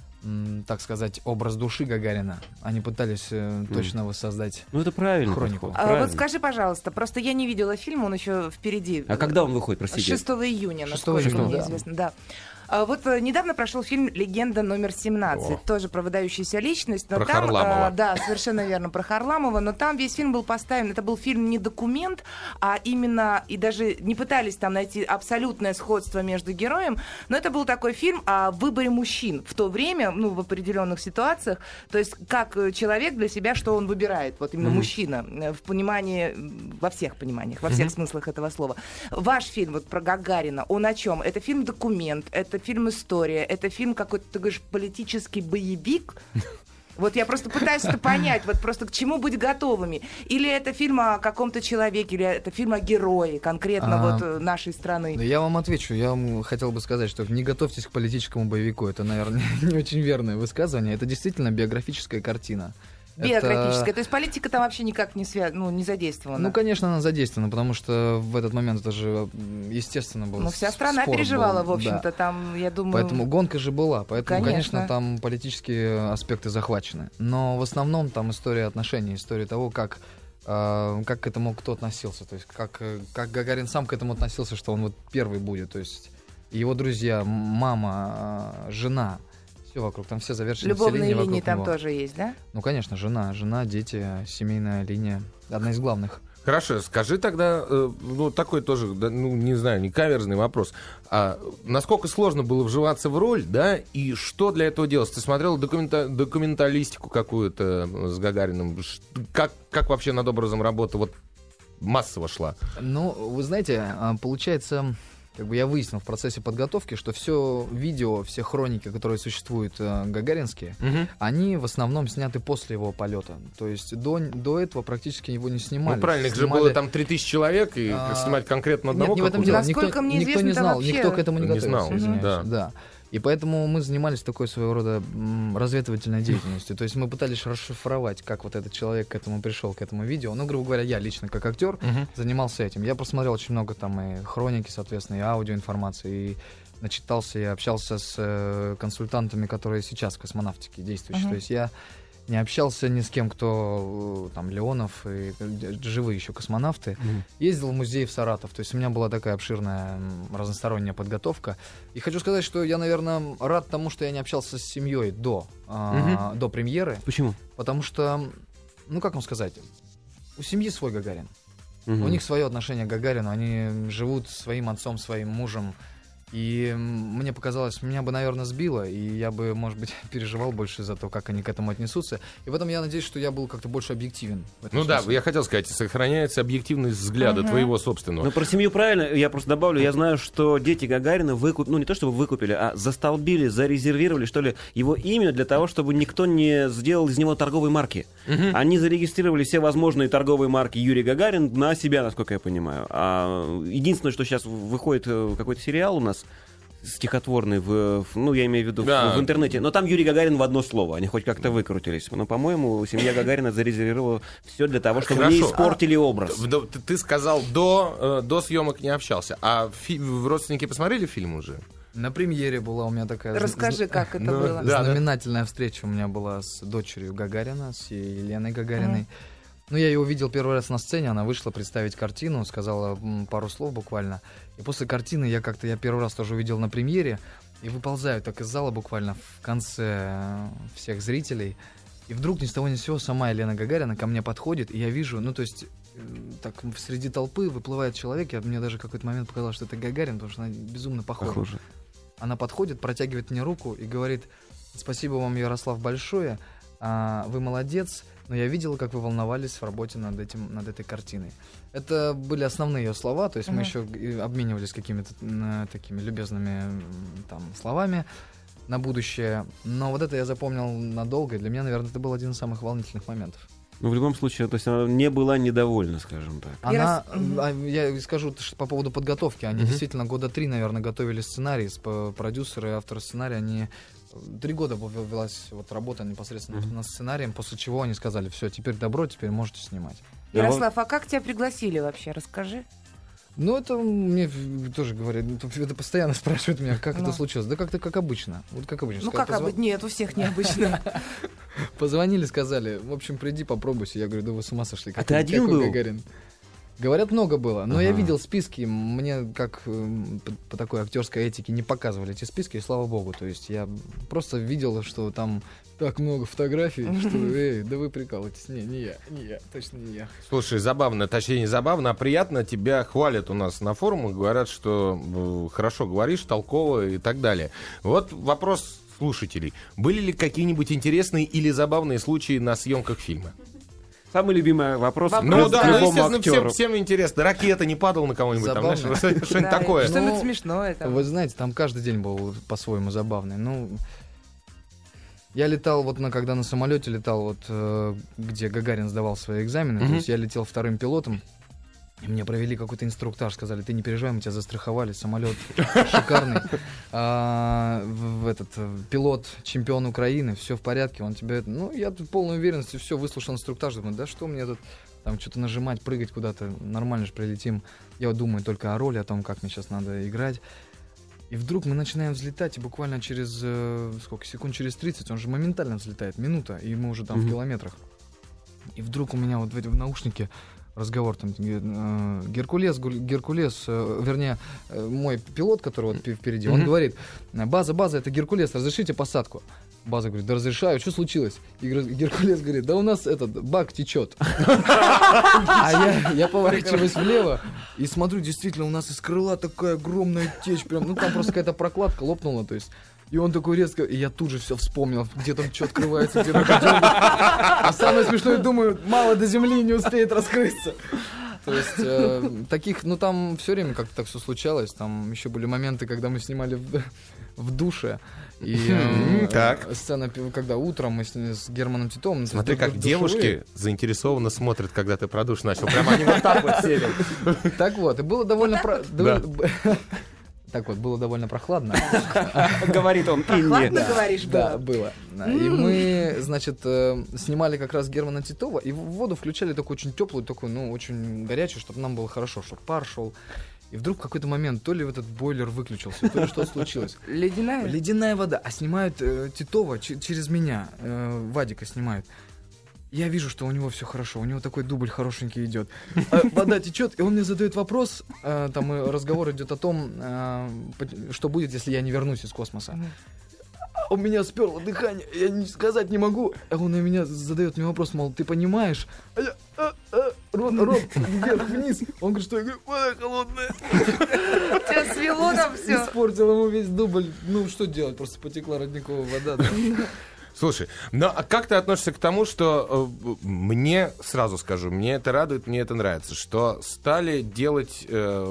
так сказать, образ души Гагарина. Они пытались точно воссоздать Ну, это правильно. хронику. подход, А правильно. вот скажи, пожалуйста, просто я не видела фильм, он еще впереди. А когда он выходит, простите? 6 июня, 6 насколько июня, мне да. известно, да. А вот недавно прошел фильм «Легенда номер 17», тоже про выдающуюся личность. Но Про там, Харламова. да, совершенно верно, про Харламова, но там весь фильм был поставлен, это был фильм не документ, а именно, и даже не пытались там найти абсолютное сходство между героем, но это был такой фильм о выборе мужчин в то время, в определенных ситуациях, то есть как человек для себя, что он выбирает, вот именно мужчина, в понимании, во всех пониманиях, во всех смыслах этого слова. Ваш фильм вот про Гагарина, он о чем? Это фильм-документ, это фильм-история, это фильм какой-то, ты говоришь, политический боевик. Вот я просто пытаюсь это понять, вот просто к чему быть готовыми. Или это фильм о каком-то человеке, или это фильм о герое конкретно нашей страны. Да я вам отвечу. Я вам хотел бы сказать, что не готовьтесь к политическому боевику. Это, наверное, не очень верное высказывание. Это действительно биографическая картина. Биографическая. То есть политика там вообще никак не задействована. Ну, конечно, она задействована, потому что в этот момент это же, естественно, был вся страна спор переживала, был, в общем-то, да. там, я думаю... Поэтому гонка же была, поэтому, Конечно. конечно, там политические аспекты захвачены. Но в основном там история отношений, история того, как к этому кто относился, то есть как Гагарин сам к этому относился, что он вот первый будет, то есть его друзья, мама, жена, все вокруг, там все завершены, Любовные все линии там него. тоже есть, да? Ну, конечно, жена, дети, семейная линия, одна из главных. Хорошо, скажи тогда, такой тоже, не знаю, не каверзный вопрос. А насколько сложно было вживаться в роль, да, и что для этого делать? Ты смотрел документалистику какую-то с Гагариным? Как вообще над образом работы вот массово шла? Ну, вы знаете, получается... я выяснил в процессе подготовки, что все видео, все хроники, которые существуют гагаринские, они в основном сняты после его полета. То есть до этого практически его не снимали. Ну правильно, их же было там 3000 человек, и снимать конкретно одного. Нет, не в этом дело. Насколько мне Никто известно, не знал, вообще никто к этому не не готовился. знал, извиняюсь. да. И поэтому мы занимались такой своего рода разведывательной деятельностью. То есть мы пытались расшифровать, как вот этот человек к этому пришел, к этому видео. Ну, грубо говоря, я лично как актер занимался этим. Я просмотрел очень много там и хроники, соответственно, и аудиоинформации, и начитался, и общался с консультантами, которые сейчас в космонавтике действующие. То есть я не общался ни с кем, кто там Леонов и живые еще космонавты. Ездил в музей в Саратов. То есть у меня была такая обширная разносторонняя подготовка. И хочу сказать, что я, наверное, рад тому, что я не общался с семьей до премьеры. Почему? Потому что, как вам сказать, у семьи свой Гагарин. У них свое отношение к Гагарину. Они живут своим отцом, своим мужем. И мне показалось, меня бы, наверное, сбило, и я бы, может быть, переживал больше за то, как они к этому отнесутся. И в этом я надеюсь, что я был как-то больше объективен. Ну да, я хотел сказать, сохраняется объективность взгляда твоего собственного. Ну, про семью правильно, я просто добавлю, я знаю, что дети Гагарина ну не то чтобы выкупили, а застолбили, зарезервировали, что ли, его имя для того, чтобы никто не сделал из него торговой марки. Они зарегистрировали все возможные торговые марки Юрий Гагарин на себя, насколько я понимаю. А единственное, что сейчас выходит какой-то сериал у нас, стихотворный, ну, я имею в виду, в интернете. Но там Юрий Гагарин в одно слово. Они хоть как-то выкрутились. Но, по-моему, семья Гагарина зарезервировала все для того, чтобы не испортили образ. Ты сказал, до съемок не общался. А родственники посмотрели фильм уже? На премьере была у меня такая... Расскажи, как это было. Знаменательная встреча у меня была с дочерью Гагарина, с Еленой Гагариной. Ну, я ее увидел первый раз на сцене, она вышла представить картину, сказала пару слов буквально. И после картины я первый раз тоже увидел на премьере, и выползаю так из зала буквально в конце всех зрителей. И вдруг ни с того ни с сего сама Елена Гагарина ко мне подходит, и я вижу, ну, то есть, так среди толпы выплывает человек, мне даже в какой-то момент показалось, что это Гагарин, потому что она безумно похожа. Она подходит, протягивает мне руку и говорит: «Спасибо вам, Ярослав, большое, вы молодец, но я видела, как вы волновались в работе над этой картиной». Это были основные ее слова, то есть мы еще обменивались какими-то такими любезными словами на будущее. Но вот это я запомнил надолго, и для меня, наверное, это был один из самых волнительных моментов. Ну, в любом случае, то есть она не была недовольна, скажем так. Я скажу что по поводу подготовки. Они действительно года 3, наверное, готовили сценарий. Продюсеры и авторы сценария, они 3 года велась работа непосредственно над сценарием, после чего они сказали: все, теперь добро, теперь можете снимать. Ярослав, а как тебя пригласили вообще? Расскажи. Ну, это мне тоже говорят, это постоянно спрашивают меня, как это случилось. Да как-то как обычно. Вот как обычно. Ну, как обычно? Нет, у всех необычно. Позвонили, сказали: в общем, приди, попробуйся. Я говорю: да вы с ума сошли. А ты один был? Гагарин? Говорят, много было, но я видел списки, мне как по такой актерской этике не показывали эти списки, и слава богу. То есть я просто видел, что там так много фотографий, что, да вы прикалываетесь. Не я, точно не я. Слушай, забавно, точнее не забавно, а приятно, тебя хвалят у нас на форумах, говорят, что хорошо говоришь, толково и так далее. Вот вопрос слушателей. Были ли какие-нибудь интересные или забавные случаи на съемках фильма? Самый любимый вопрос. Ну да, естественно, всем интересно. Ракета не падала на кого-нибудь, там, что-нибудь такое. Что-нибудь смешное. Вы знаете, там каждый день был по-своему забавный. Ну, я летал, когда на самолете летал, где Гагарин сдавал свои экзамены, то есть я летел вторым пилотом, и мне провели какой-то инструктаж, сказали: ты не переживай, мы тебя застраховали, самолет шикарный, пилот, чемпион Украины, все в порядке, он тебе... Ну, я тут полной уверенности, все, выслушал инструктаж, думаю: да что мне тут там что-то нажимать, прыгать куда-то, нормально же прилетим. Я думаю только о роли, о том, как мне сейчас надо играть. И вдруг мы начинаем взлетать, и буквально через, секунд через 30, он же моментально взлетает, минута, и мы уже там в километрах. И вдруг у меня в наушнике разговор там: Геркулес, вернее, мой пилот, который впереди, он говорит: база, это Геркулес, разрешите посадку? База говорит: да разрешаю, что случилось? И Геркулес говорит: да у нас бак течет. А я поворачиваюсь влево и смотрю, действительно, у нас из крыла такая огромная течь, прям, ну там просто какая-то прокладка лопнула, то есть. И он такой резко, и я тут же все вспомнил, где там что открывается, где там что. А самое смешное, думаю, мало до земли не успеет раскрыться. То есть таких, там все время как-то так все случалось. Там еще были моменты, когда мы снимали в душе. И сцена, когда утром мы с Германом Титовым... Смотри, как девушки заинтересованно смотрят, когда ты про душ начал. Прямо они вот так вот сели. Так вот, и было довольно... Так вот, было довольно прохладно. Говорит он. Прохладно, говоришь, было? Да, было. И мы, значит, снимали как раз Германа Титова, и в воду включали такую очень теплую, такую, очень горячую, чтобы нам было хорошо, чтобы пар шел. И вдруг в какой-то момент то ли этот бойлер выключился, то ли что-то случилось. Ледяная? Ледяная вода. А снимают Титова через меня, Вадика снимают. Я вижу, что у него все хорошо, у него такой дубль хорошенький идет. Вода течет, и он мне задает вопрос, там разговор идет о том, что будет, если я не вернусь из космоса. У меня сперло дыхание, я сказать не могу. А он на меня задает мне вопрос, мол, ты понимаешь? рот вверх-вниз. Он говорит, что я говорю, вода холодная. Тебя свело там все. Испортил ему весь дубль. Ну, что делать? Просто потекла родниковая вода. Да. Слушай, ну а как ты относишься к тому, что мне, сразу скажу, мне это радует, мне это нравится, что стали делать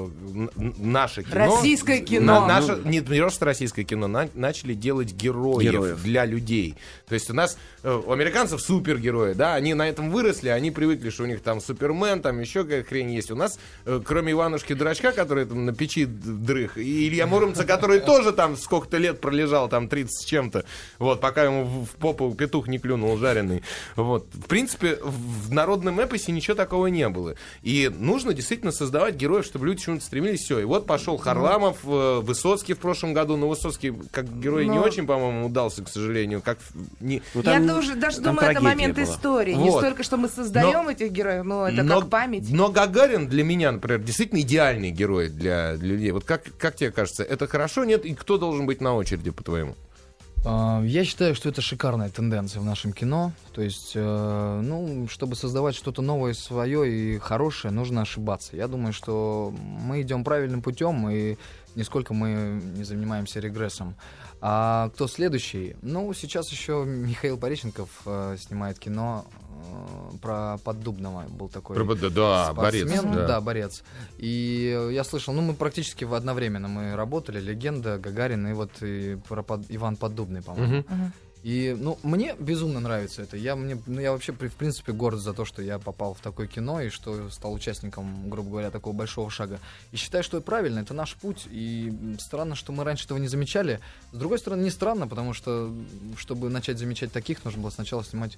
наше кино... Российское кино. Не просто российское кино, начали делать героев для людей. То есть у нас, у американцев супергерои, да, они на этом выросли, они привыкли, что у них там Супермен, там еще какая-то хрень есть. У нас, кроме Иванушки-дурачка, который там на печи дрых, и Илья Муромца, который тоже там сколько-то лет пролежал, там 30 с чем-то, вот, пока ему в попу петух не клюнул жареный. Вот. В принципе, в народном эпосе ничего такого не было. И нужно действительно создавать героев, чтобы люди к чему-то стремились. Все. И вот пошел Харламов, Высоцкий в прошлом году. Но Высоцкий как герой не очень, по-моему, удался, к сожалению. Как я даже думаю, это момент была. Истории. Вот. Не столько, что мы создаем этих героев, но это как память. Но Гагарин для меня, например, действительно идеальный герой для людей. Вот как тебе кажется, это хорошо, нет? И кто должен быть на очереди, по-твоему? Я считаю, что это шикарная тенденция в нашем кино. То есть, чтобы создавать что-то новое, свое и хорошее, нужно ошибаться. Я думаю, что мы идем правильным путем, и нисколько мы не занимаемся регрессом. А кто следующий? Ну, сейчас еще Михаил Пореченков снимает кино про Поддубного. Был такой спортсмен, борец. И я слышал, мы практически одновременно мы работали, Легенда, Гагарин и Иван Поддубный, по-моему. И, мне безумно нравится это. Я вообще, в принципе, горд за то, что я попал в такое кино и что стал участником, грубо говоря, такого большого шага. И считаю, что это правильно, это наш путь. И странно, что мы раньше этого не замечали. С другой стороны, не странно, потому что, чтобы начать замечать таких, нужно было сначала снимать...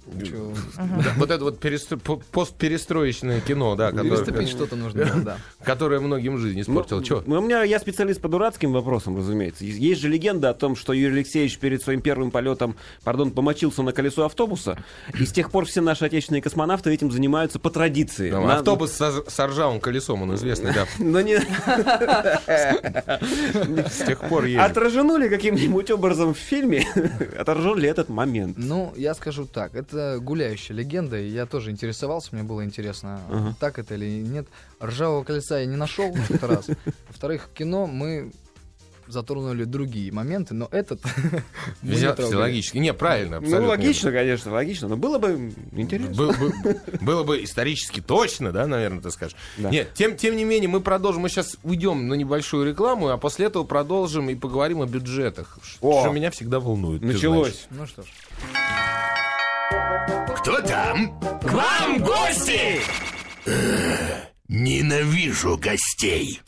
Вот это вот постперестроечное кино, да, переступить что-то нужно, да. Которое многим жизнь испортило. Я специалист по дурацким вопросам, разумеется. Есть же легенда о том, что Юрий Алексеевич перед своим первым полетом, помочился на колесо автобуса, и с тех пор все наши отечественные космонавты этим занимаются по традиции. Автобус с ржавым колесом, он известный, да. С тех пор есть. Отражено ли каким-нибудь образом в фильме? Отражен ли этот момент? Я скажу так. Это гуляющая легенда, и я тоже интересовался, мне было интересно, так это или нет. Ржавого колеса я не нашел, это раз. Во-вторых, в кино мы затронули другие моменты, но этот... Все логически. Не, правильно, абсолютно. Логично, конечно, логично, но было бы интересно. Было бы исторически точно, да, наверное, ты скажешь. Да. Нет, тем не менее, мы продолжим, мы сейчас уйдем на небольшую рекламу, а после этого продолжим и поговорим о бюджетах, что меня всегда волнует. Началось. Ну что ж. Кто там? К вам гости! Ненавижу гостей.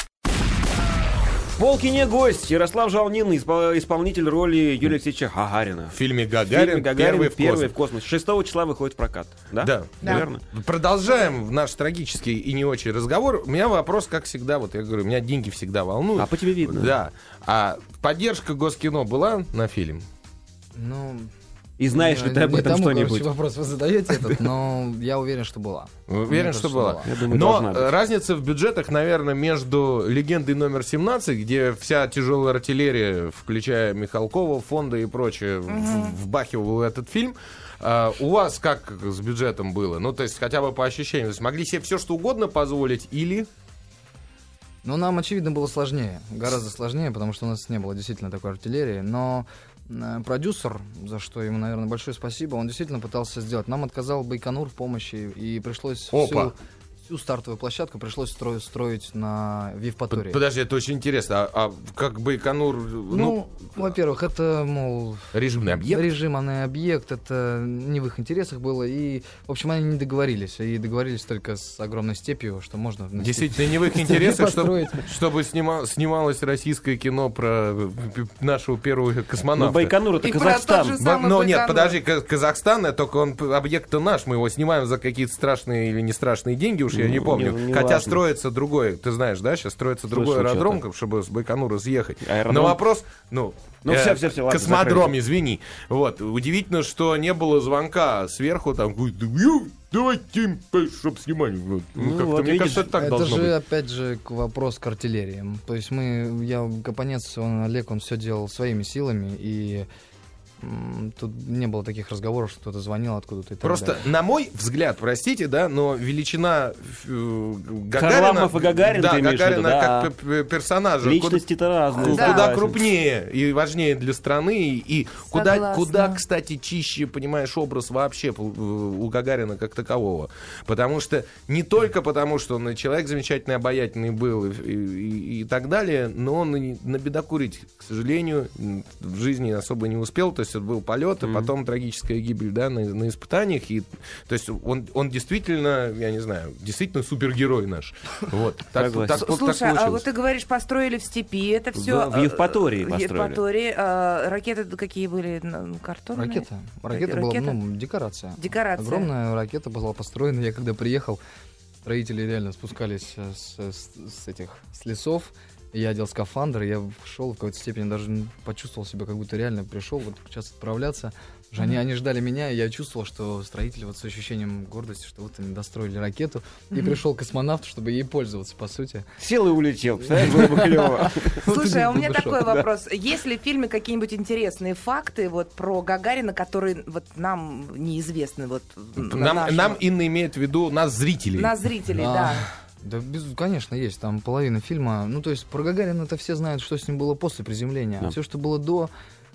В «Полкине» гость Ярослав Жалнин, исполнитель роли Юрия Алексеевича Гагарина. В фильме «Гагарин» первый в космосе. 6 числа выходит в прокат. Да? Верно. Продолжаем наш трагический и не очень разговор. У меня вопрос, как всегда, вот я говорю, меня деньги всегда волнуют. А по тебе видно. Да. А поддержка Госкино была на фильм? И знаешь ли ты об этом что-нибудь? Вопрос вы задаете этот, но я уверен, что была. Уверен, что была. Я думаю, но разница в бюджетах, наверное, между «Легендой номер 17», где вся тяжелая артиллерия, включая Михалкова, Фонда и прочее, вбахивала в этот фильм. У вас как с бюджетом было? То есть хотя бы по ощущениям. То есть могли себе все что угодно позволить или... Нам, очевидно, было сложнее. Гораздо сложнее, потому что у нас не было действительно такой артиллерии. Но продюсер, за что ему, наверное, большое спасибо, он действительно пытался сделать. Нам отказал Байконур в помощи, и пришлось всю стартовую площадку пришлось строить в Евпатории. Подожди, это очень интересно. А как Байконур... Во-первых, это, режимный объект? Режимный объект, это не в их интересах было. И, в общем, они не договорились. И договорились только с огромной степью, что можно... Действительно, не в их интересах, чтобы снималось российское кино про нашего первого космонавта. Байконур — это Казахстан. Нет, подожди, Казахстан, только он объект-то наш. Мы его снимаем за какие-то страшные или не страшные деньги, уж я не помню. Хотя строится другой, ты знаешь, да, сейчас строится другой аэродром, чтобы с Байконура съехать. Но вопрос, все, космодром, извини. Вот, удивительно, что не было звонка сверху, там, давайте, чтобы снимать. Мне кажется, это так должно быть. Это же, опять же, вопрос к артиллерии. То есть Капонец, Олег, он все делал своими силами, и Тут не было таких разговоров, что кто-то звонил откуда-то и так Просто, далее. на мой взгляд, простите, да, но величина Гагарина... Харламов и Гагарин, да, ты имеешь в виду, Гагарина да. как персонажа. Личности-то разные. Куда согласен. крупнее и важнее для страны, и Согласна. куда, кстати, чище, понимаешь, образ вообще у Гагарина как такового. Потому что не только потому, что он человек замечательный, обаятельный был и так далее, но он и набедокурить, к сожалению, в жизни особо не успел. То есть это был полет, и потом трагическая гибель, да, на испытаниях. И, то есть он действительно, я не знаю, действительно супергерой наш. Вот. Согласен. Слушай, а вот ты говоришь, построили в степи, это все... Да, в Евпатории В построили. Евпатории. Ракеты какие были? Картонные? Ракета была, декорация. Декорация. Огромная ракета была построена. Я когда приехал, строители реально спускались с лесов. Я одел скафандр, я шел в какой-то степени, даже почувствовал себя, как будто реально пришел вот сейчас отправляться. Они ждали меня, и я чувствовал, что строители вот с ощущением гордости, что вот они достроили ракету, и пришел космонавт, чтобы ей пользоваться, по сути. Сел и улетел, представляешь, было бы клево. Слушай, а у меня такой вопрос. Есть ли в фильме какие-нибудь интересные факты вот про Гагарина, которые вот нам неизвестны? Вот, Нам Инна имеет в виду нас, зрителей. На зрителей, да. Да, конечно, есть. Там половина фильма. Ну, то есть про Гагарина-то все знают, что с ним было после приземления. Да. А все, что было до...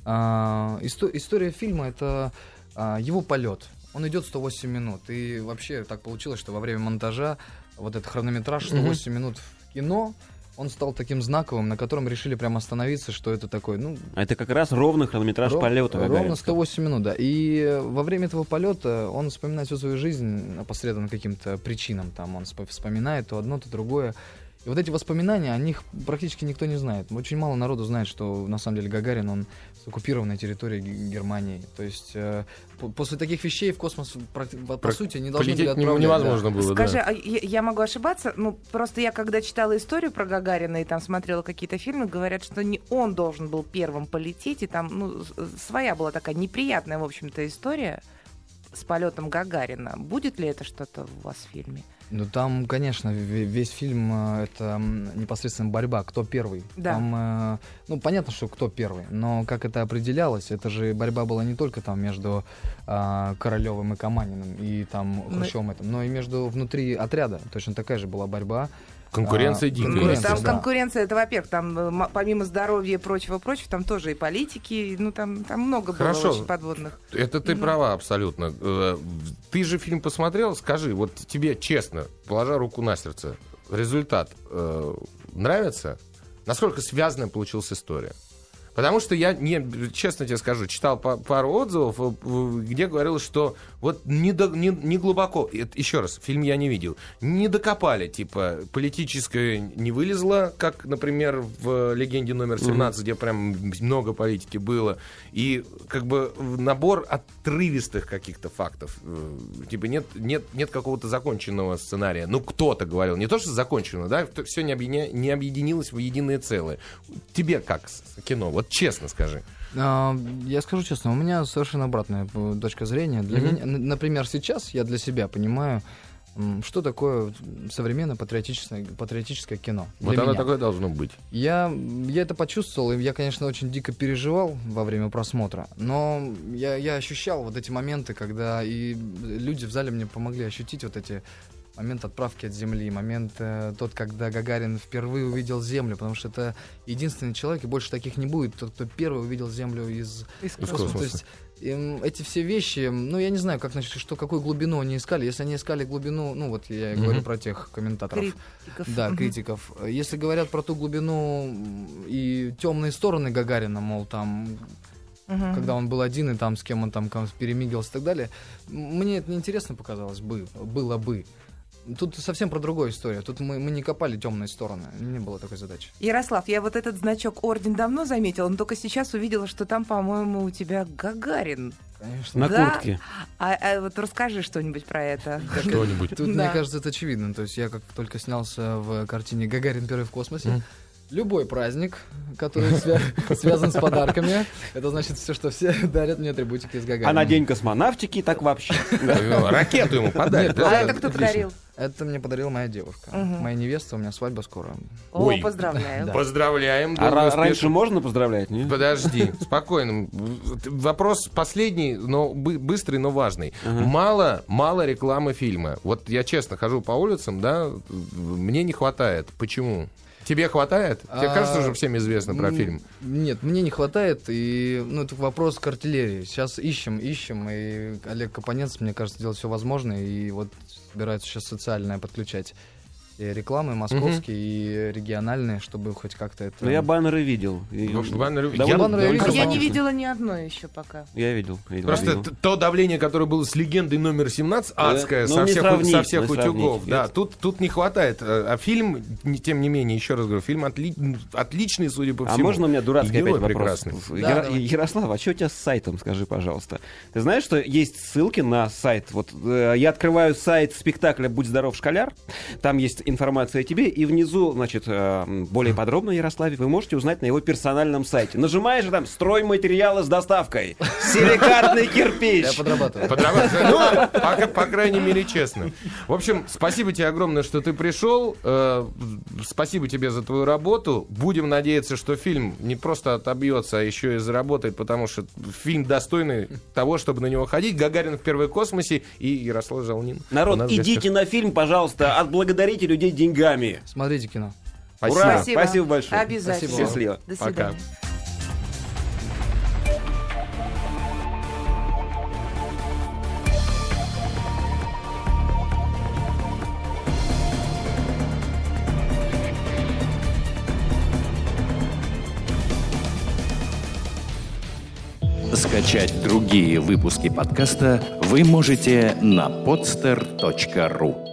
история фильма — это его полет. Он идет 108 минут. И вообще так получилось, что во время монтажа вот этот хронометраж 108 минут в кино, он стал таким знаковым, на котором решили прямо остановиться, что это такое, ну... Это как раз ровный хронометраж полета Ровно Гагарина. 108 минут, да. И во время этого полета он вспоминает всю свою жизнь опосредованно каким-то причинам. Там он вспоминает то одно, то другое. И вот эти воспоминания, о них практически никто не знает. Очень мало народу знает, что на самом деле Гагарин, он с оккупированной территории Германии. То есть после таких вещей в космос, по сути, не должны были отправлять. Невозможно было, Скажи, да. а я могу ошибаться? Ну, просто я, когда читала историю про Гагарина и там смотрела какие-то фильмы, говорят, что не он должен был первым полететь, и там, своя была такая неприятная, в общем-то, история с полетом Гагарина. Будет ли это что-то у вас в фильме? Ну, там, конечно, весь фильм это непосредственно борьба, кто первый. Да. Там, понятно, что кто первый, но как это определялось, это же борьба была не только там между Королевым и Каманиным и там Хрущевым, но и внутри отряда точно такая же была борьба. Конкуренция дикая. конкуренция, Там да. конкуренция, это, во-первых, там помимо здоровья и прочего, там тоже и политики, там много было Хорошо. очень подводных. Это ты права абсолютно. Ты же фильм посмотрел, скажи, вот тебе честно, положа руку на сердце, результат нравится? Насколько связанная получилась история? Потому что я, честно тебе скажу, читал пару отзывов, где говорилось, что вот не глубоко, еще раз, фильм я не видел, не докопали, типа, политическое не вылезло, как, например, в «Легенде номер 17», где прям много политики было, и как бы набор отрывистых каких-то фактов, типа нет какого-то законченного сценария. Ну, кто-то говорил, не то, что закончено, да, все не объединилось в единое целое. Тебе как кино? Вот честно скажи. Я скажу честно, у меня совершенно обратная точка зрения. Для меня, например, сейчас я для себя понимаю, что такое современное патриотическое кино. Вот Для оно меня. такое должно быть. Я это почувствовал, и я, конечно, очень дико переживал во время просмотра, но я ощущал вот эти моменты, когда и люди в зале мне помогли ощутить вот эти момент отправки от Земли, момент тот, когда Гагарин впервые увидел Землю, потому что это единственный человек, и больше таких не будет, тот, кто первый увидел Землю из космоса. То есть эти все вещи, я не знаю, какую глубину они искали. Если они искали глубину, вот я говорю про тех комментаторов. Критиков. Да, критиков. Если говорят про ту глубину и темные стороны Гагарина, мол, там... Когда он был один, и там с кем он там перемигивался и так далее, мне это неинтересно показалось было бы. Тут совсем про другую историю. Тут мы не копали темные стороны. Не было такой задачи. Ярослав, я вот этот значок орден давно заметила, но только сейчас увидела, что там, по-моему, у тебя Гагарин. Конечно. На куртке. А вот расскажи что-нибудь про это. Что-нибудь. Тут, мне кажется, это очевидно. То есть я как только снялся в картине «Гагарин первый в космосе», Любой праздник, который связан с подарками, это значит все, что все дарят мне атрибутики из Гагарина. А на день космонавтики так вообще. Ракету ему подарят. А это кто подарил? Это мне подарила моя девушка. Моя невеста, у меня свадьба скоро. О, поздравляю. Поздравляем. А раньше можно поздравлять, не? Подожди, спокойно. Вопрос последний, но быстрый, но важный. Мало рекламы фильма. Вот я честно хожу по улицам, да, мне не хватает. Почему? Тебе хватает? Тебе кажется, уже всем известно про фильм? Нет, мне не хватает, и это вопрос к артиллерии. Сейчас ищем, и Олег Капонец, мне кажется, делает все возможное, и вот собирается сейчас социальное подключать. И рекламы московские, и региональные, чтобы хоть как-то это... Ну, я баннеры видел. баннеры Я не видела ни одной еще пока. Я видел. Просто то давление, которое было с легендой номер 17, адское, со всех утюгов. Да, тут не хватает. А фильм, тем не менее, еще раз говорю, фильм отличный, судя по всему. А можно у меня дурацкий опять вопрос? Прекрасный. Ярослав, а что у тебя с сайтом, скажи, пожалуйста? Ты знаешь, что есть ссылки на сайт? Вот я открываю сайт спектакля «Будь здоров, школяр». Там есть информация о тебе, и внизу, значит, более подробно о Ярославе вы можете узнать на его персональном сайте. Нажимаешь там «Стройматериалы с доставкой», «Силикатный кирпич». Я подрабатываю. Ну, по крайней мере, честно. В общем, спасибо тебе огромное, что ты пришел. Спасибо тебе за твою работу. Будем надеяться, что фильм не просто отобьется, а еще и заработает, потому что фильм достойный того, чтобы на него ходить. Гагарин впервые в космосе и Ярослав Желнин. Народ, идите на фильм, пожалуйста, отблагодарите людей деньгами. Смотрите кино. Спасибо. Ура! Спасибо большое. Обязательно. Спасибо. Счастливо. До свидания. Пока. Скачать другие выпуски подкаста вы можете на podster.ru.